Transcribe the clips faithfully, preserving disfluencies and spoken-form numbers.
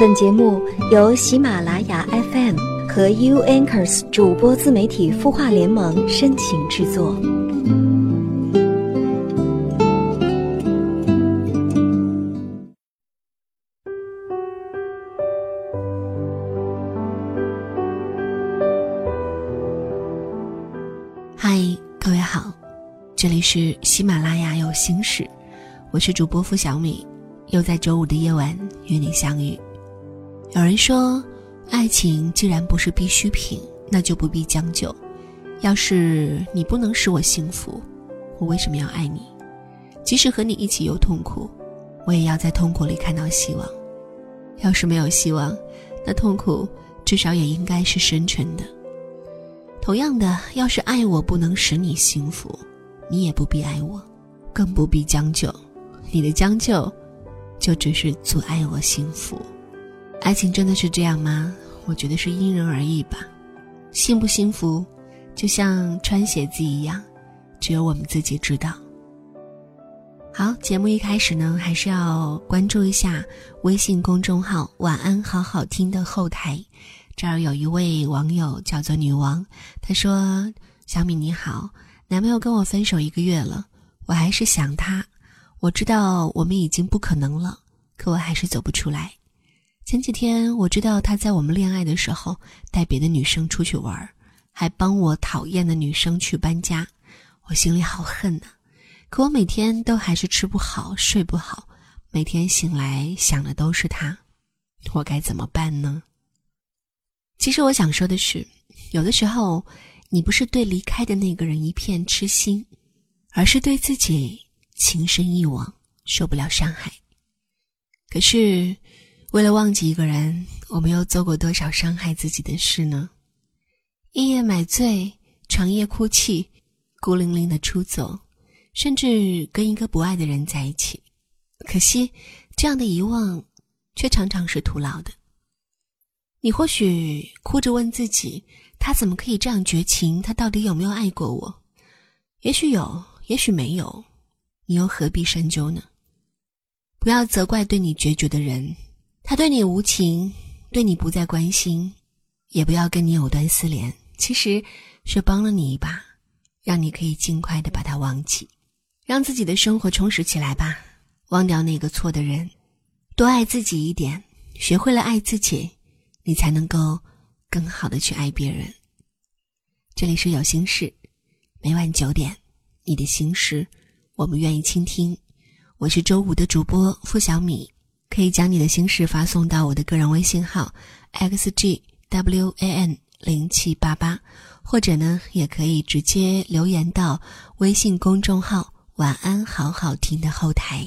本节目由喜马拉雅 F M 和 U Anchors 主播自媒体孵化联盟深情制作。 嗨，各位好，这里是喜马拉雅有心事，我是主播付小米，又在周五的夜晚与你相遇。有人说，爱情既然不是必需品，那就不必将就。要是你不能使我幸福，我为什么要爱你？即使和你一起有痛苦，我也要在痛苦里看到希望。要是没有希望，那痛苦至少也应该是深沉的。同样的，要是爱我不能使你幸福，你也不必爱我，更不必将就。你的将就就只是阻碍我幸福。爱情真的是这样吗？我觉得是因人而异吧。幸不幸福就像穿鞋子一样，只有我们自己知道。好，节目一开始呢，还是要关注一下微信公众号晚安好好听的后台。这儿有一位网友叫做女王，她说，小米你好，男朋友跟我分手一个月了，我还是想他，我知道我们已经不可能了，可我还是走不出来。前几天我知道他在我们恋爱的时候带别的女生出去玩，还帮我讨厌的女生去搬家，我心里好恨啊。可我每天都还是吃不好睡不好，每天醒来想的都是他，我该怎么办呢？其实我想说的是，有的时候你不是对离开的那个人一片痴心，而是对自己情深一往，受不了伤害。可是为了忘记一个人，我们又做过多少伤害自己的事呢？一夜买醉，长夜哭泣，孤零零的出走，甚至跟一个不爱的人在一起。可惜这样的遗忘却常常是徒劳的。你或许哭着问自己，他怎么可以这样绝情？他到底有没有爱过我？也许有，也许没有，你又何必深究呢？不要责怪对你决绝的人，他对你无情，对你不再关心，也不要跟你藕断丝连，其实是帮了你一把，让你可以尽快地把他忘记，让自己的生活充实起来吧。忘掉那个错的人，多爱自己一点，学会了爱自己，你才能够更好地去爱别人。这里是有心事，每晚九点，你的心事我们愿意倾听。我是周五的主播付小米，可以将你的心事发送到我的个人微信号 X G W A N 零七八八， 或者呢也可以直接留言到微信公众号晚安好好听的后台。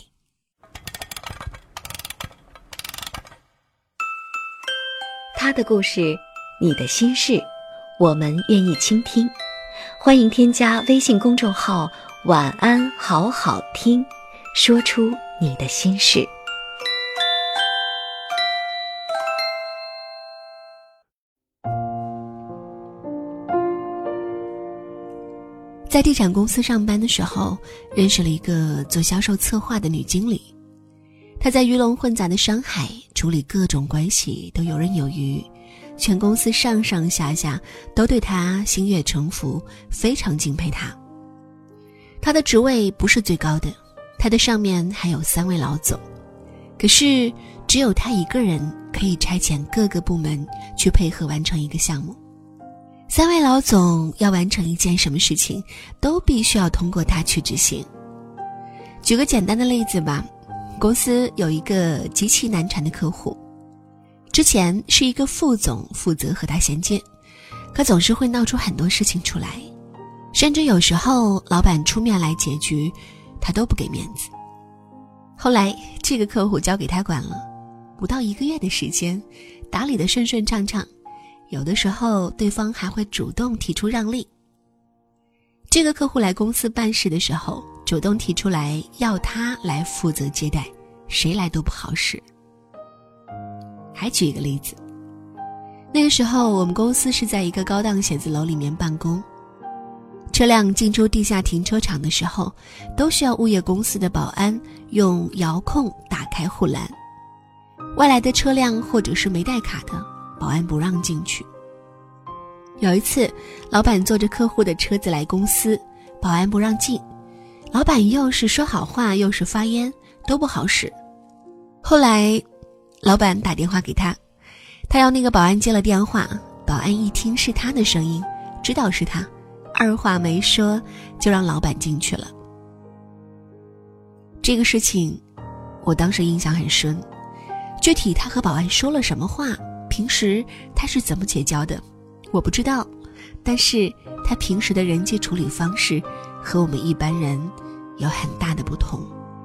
他的故事，你的心事，我们愿意倾听。欢迎添加微信公众号晚安好好听，说出你的心事。 在地产公司上班的时候，认识了一个做销售策划的女经理。她在鱼龙混杂的商海处理各种关系都游刃有余，全公司上上下下都对她心悦诚服，非常敬佩她。她的职位不是最高的，她的上面还有三位老总，可是只有她一个人可以差遣各个部门去配合完成一个项目。三位老总要完成一件什么事情，都必须要通过她去执行。举个简单的例子吧，公司有一个极其难缠的客户，之前是一个副总负责和他衔接，可总是会闹出很多事情出来，甚至有时候老板出面来解决，他都不给面子。后来这个客户交给他管了，不到一个月的时间，打理得顺顺畅畅，有的时候对方还会主动提出让利。这个客户来公司办事的时候，主动提出来要他来负责接待，谁来都不好使。还举一个例子，那个时候我们公司是在一个高档写字楼里面办公，车辆进出地下停车场的时候，都需要物业公司的保安用遥控打开护栏。 外来的车辆或者是没带卡的，保安不让进去。有一次，老板坐着客户的车子来公司，保安不让进，老板又是说好话又是发烟，都不好使。后来老板打电话给他，他要那个保安接了电话，保安一听是他的声音，知道是他，二话没说就让老板进去了。这个事情我当时印象很深，具体他和保安说了什么话，平时他是怎么结交的我不知道，但是他平时的人际处理方式和我们一般人有很大的不同。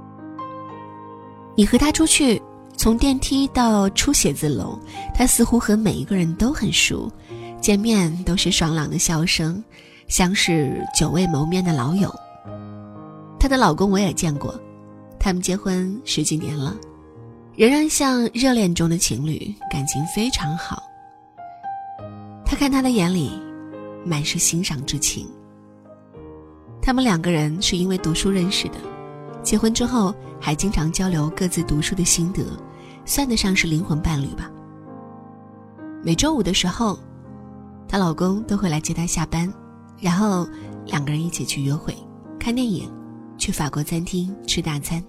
你和他出去，从电梯到出写字楼，他似乎和每一个人都很熟，见面都是爽朗的笑声，像是久未谋面的老友。她的老公我也见过，他们结婚十几年了，仍然像热恋中的情侣，感情非常好。他看他的眼里满是欣赏之情。他们两个人是因为读书认识的，结婚之后还经常交流各自读书的心得，算得上是灵魂伴侣吧。每周五的时候，她老公都会来接她下班，然后两个人一起去约会、看电影、去法国餐厅吃大餐。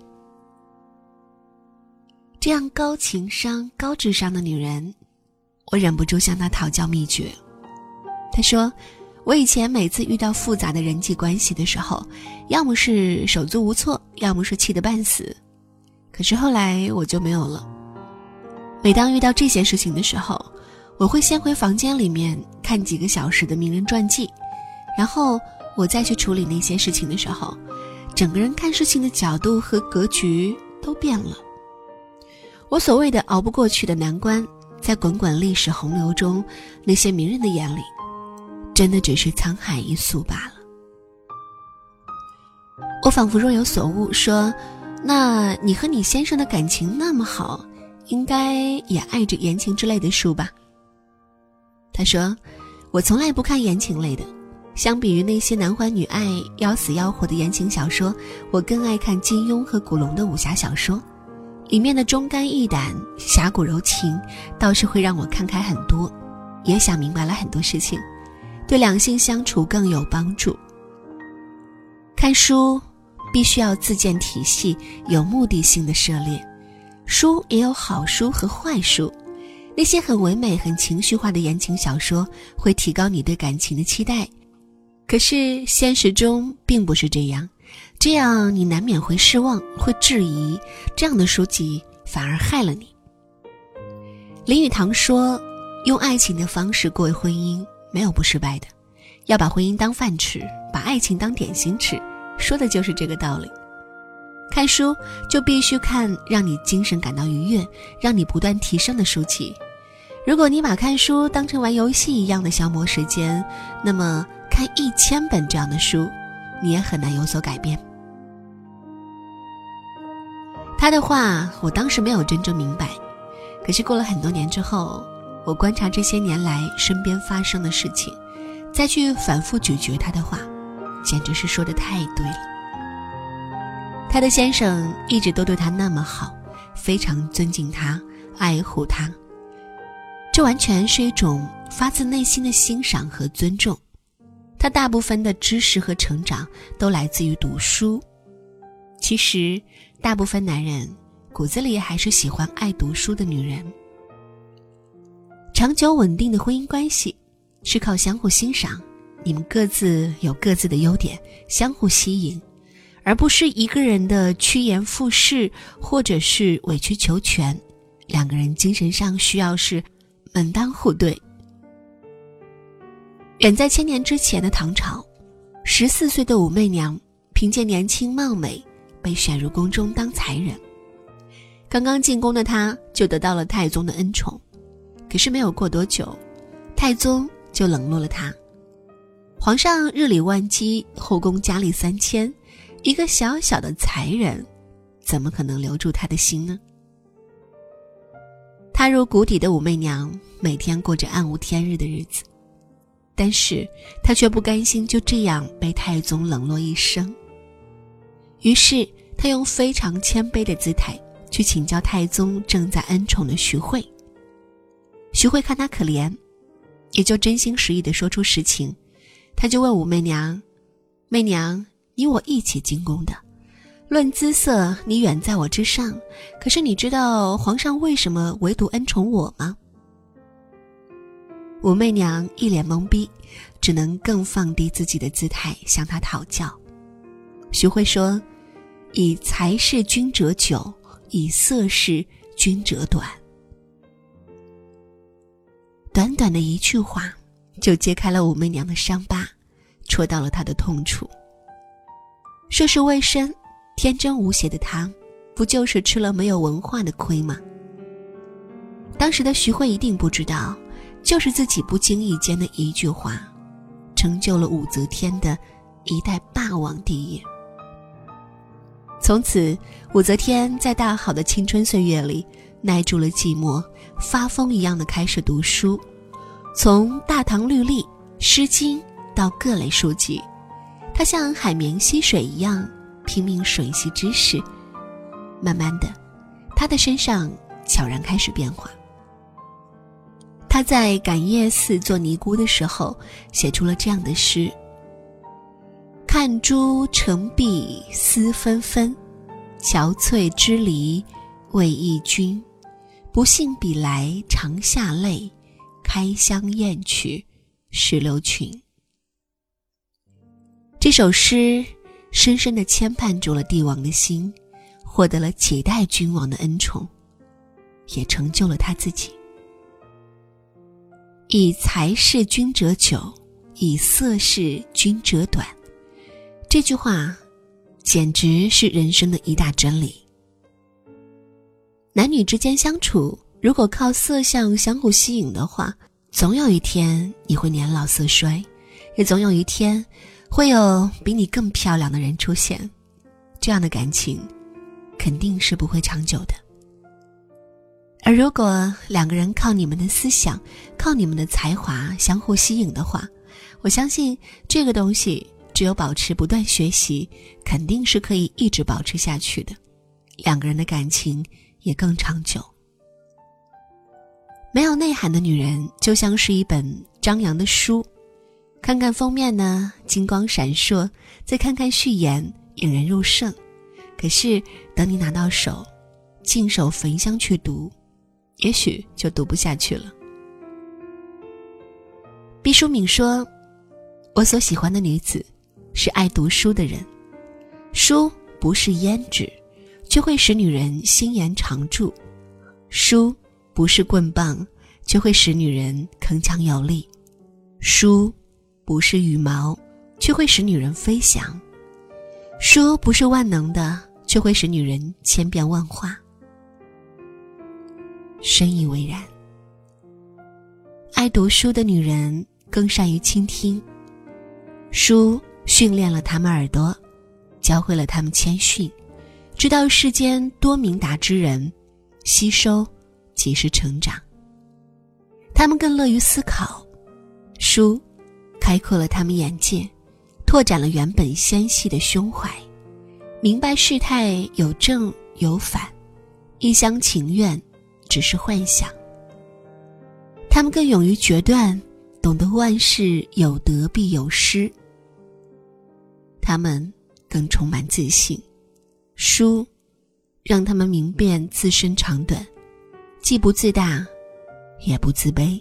这样高情商、高智商的女人，我忍不住向她讨教秘诀。她说，我以前每次遇到复杂的人际关系的时候，要么是手足无措，要么是气得半死。可是后来我就没有了。每当遇到这些事情的时候，我会先回房间里面看几个小时的名人传记，然后我再去处理那些事情的时候，整个人看事情的角度和格局都变了。我所谓的熬不过去的难关，在滚滚历史洪流中，那些名人的眼里真的只是沧海一粟罢了。我仿佛若有所悟，说，那你和你先生的感情那么好，应该也爱着言情之类的书吧？他说，我从来不看言情类的，相比于那些男欢女爱要死要活的言情小说，我更爱看金庸和古龙的武侠小说，里面的忠肝义胆、侠骨柔情倒是会让我看开很多，也想明白了很多事情，对两性相处更有帮助。看书必须要自见体系，有目的性的涉猎，书也有好书和坏书，那些很唯美很情绪化的言情小说会提高你对感情的期待，可是现实中并不是这样，这样你难免会失望，会质疑，这样的书籍反而害了你。林语堂说，用爱情的方式过婚姻没有不失败的，要把婚姻当饭吃，把爱情当点心吃，说的就是这个道理。看书就必须看让你精神感到愉悦，让你不断提升的书籍。如果你把看书当成玩游戏一样的消磨时间，那么看一千本这样的书，你也很难有所改变。他的话我当时没有真正明白，可是过了很多年之后，我观察这些年来身边发生的事情，再去反复咀嚼他的话，简直是说得太对了。他的先生一直都对他那么好，非常尊敬他，爱护他，这完全是一种发自内心的欣赏和尊重。他大部分的知识和成长都来自于读书。其实大部分男人骨子里还是喜欢爱读书的女人。长久稳定的婚姻关系是靠相互欣赏，你们各自有各自的优点，相互吸引，而不是一个人的趋炎附势或者是委曲求全，两个人精神上需要是门当户对。远在千年之前的唐朝，十四岁的武媚娘凭借年轻貌美被选入宫中当才人，刚刚进宫的她就得到了太宗的恩宠，可是没有过多久，太宗就冷落了她。皇上日理万机，后宫佳丽三千，一个小小的才人怎么可能留住他的心呢？踏入谷底的武媚娘每天过着暗无天日的日子，但是她却不甘心就这样被太宗冷落一生。于是她用非常谦卑的姿态去请教太宗正在恩宠的徐惠。徐惠看他可怜，也就真心实意地说出实情。他就问武媚娘，媚娘，你我一起进宫的，论姿色你远在我之上，可是你知道皇上为什么唯独恩宠我吗？武媚娘一脸懵逼，只能更放低自己的姿态向他讨教。徐惠说，以才视君者久，以色视君者短。短短的一句话就揭开了武媚娘的伤疤，戳到了她的痛处。涉世未深，天真无邪的她，不就是吃了没有文化的亏吗？当时的徐惠一定不知道，就是自己不经意间的一句话，成就了武则天的一代霸王帝业。从此，武则天在大好的青春岁月里耐住了寂寞，发疯一样的开始读书，从大唐律例、诗经到各类书籍，她像海绵吸水一样拼命吮吸知识。慢慢的，她的身上悄然开始变化。她在感业寺做尼姑的时候，写出了这样的诗：看朱成碧丝纷纷，憔悴之离为忆君。不信比来长下泪，开箱验取石榴裙。这首诗深深地牵绊住了帝王的心，获得了几代君王的恩宠，也成就了他自己。以才视君者久，以色视君者短。这句话简直是人生的一大真理。男女之间相处，如果靠色相相互吸引的话，总有一天你会年老色衰，也总有一天会有比你更漂亮的人出现。这样的感情肯定是不会长久的。而如果两个人靠你们的思想，靠你们的才华相互吸引的话，我相信这个东西只有保持不断学习，肯定是可以一直保持下去的，两个人的感情也更长久。没有内涵的女人就像是一本张扬的书，看看封面呢，金光闪烁，再看看序言，引人入胜。可是等你拿到手，净手焚香去读，也许就读不下去了。毕淑敏说，我所喜欢的女子是爱读书的人，书不是胭脂，却会使女人心颜常驻；书不是棍棒，却会使女人铿锵有力；书不是羽毛，却会使女人飞翔；书不是万能的，却会使女人千变万化。深以为然。爱读书的女人更善于倾听，书训练了她们耳朵，教会了她们谦逊，知道世间多明达之人，吸收即是成长。她们更乐于思考，书开阔了她们眼界，拓展了原本纤细的胸怀，明白事态有正有反，一厢情愿只是幻想。他们更勇于决断，懂得万事有得必有失。他们更充满自信，书让他们明辨自身长短，既不自大也不自卑。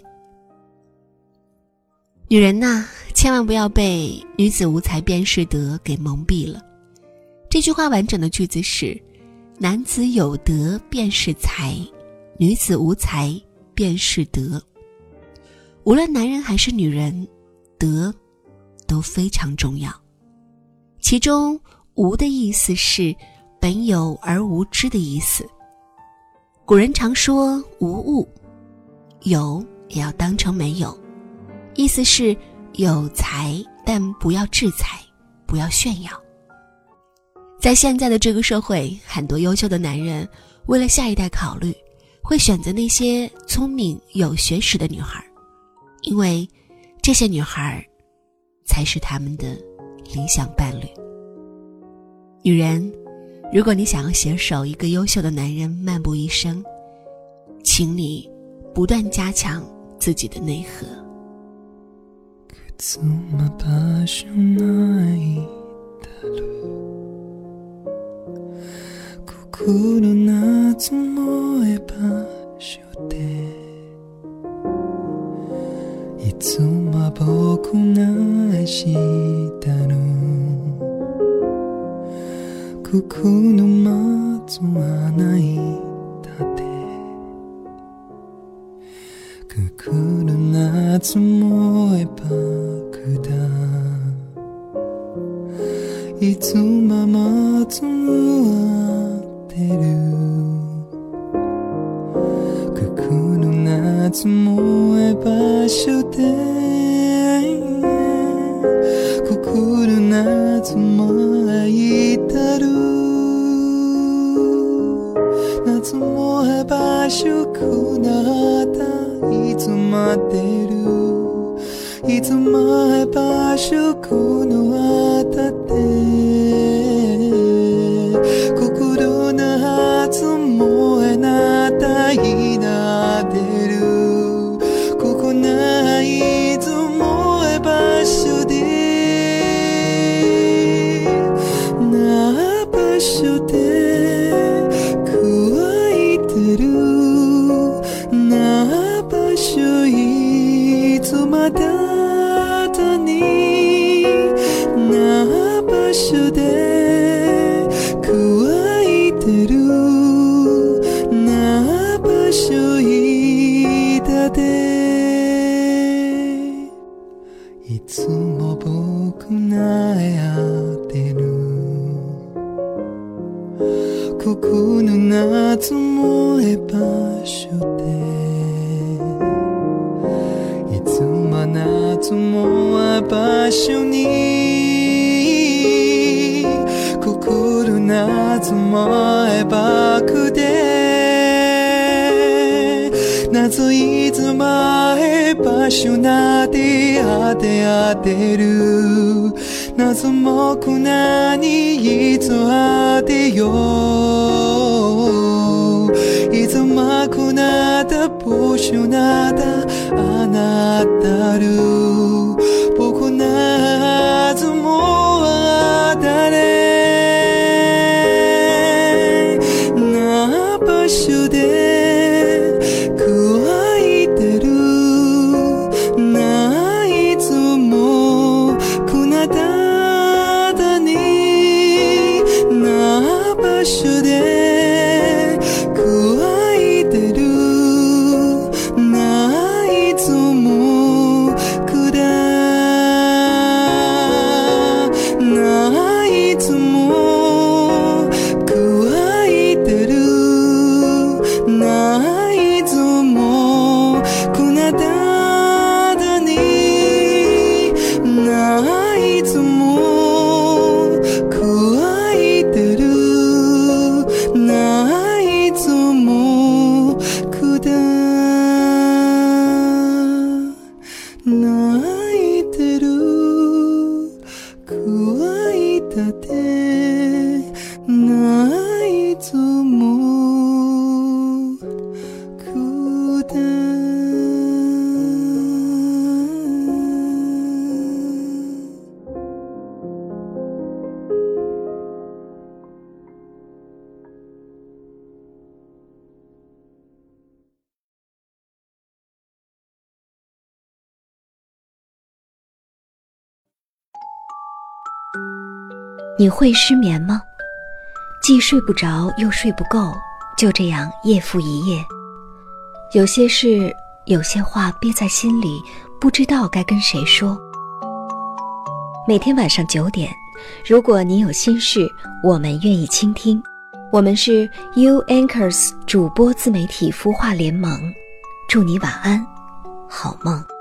女人呐，千万不要被女子无才便是德给蒙蔽了。这句话完整的句子是，男子有德便是才，女子无才便是德。无论男人还是女人，德都非常重要。其中无的意思是本有而无知的意思。古人常说无物，有也要当成没有，意思是有才，但不要制裁，不要炫耀。在现在的这个社会，很多优秀的男人为了下一代考虑，会选择那些聪明有学识的女孩，因为这些女孩才是他们的理想伴侣。女人如果你想要携手一个优秀的男人漫步一生，请你不断加强自己的内核。 心なつもえ場所でいつも僕なしたのここの松はないだってくくる夏もえばくだいつも松はくくる夏もえ場所でくくる夏も愛たる夏もえ場所くなったいつ待ってるいつもえ場所くのあたって心の初もえなたいなってるここないつもえ場所でな場所で乾いてるな場所いつまでたにな場所で乾いてるな場所いたでいつも僕悩んでるここの夏もえ場所でいつも夏もえ場所に心夏もえばくで夏いつもえ場所なであてあてる夏もくなにいつあてよいつもくなた場所なだあなたる僕なずもあたれ場所で乾いてるないつもくなただにな場所で乾いてるないつもくだないつも乾いてるないつもくなただにないつも乾いてるないつもくだ泣いてる乾いたてないつも你会失眠吗？既睡不着又睡不够，就这样夜复一夜。有些事，有些话憋在心里，不知道该跟谁说。每天晚上九点，如果你有心事，我们愿意倾听。我们是 You Anchors 主播自媒体孵化联盟，祝你晚安，好梦。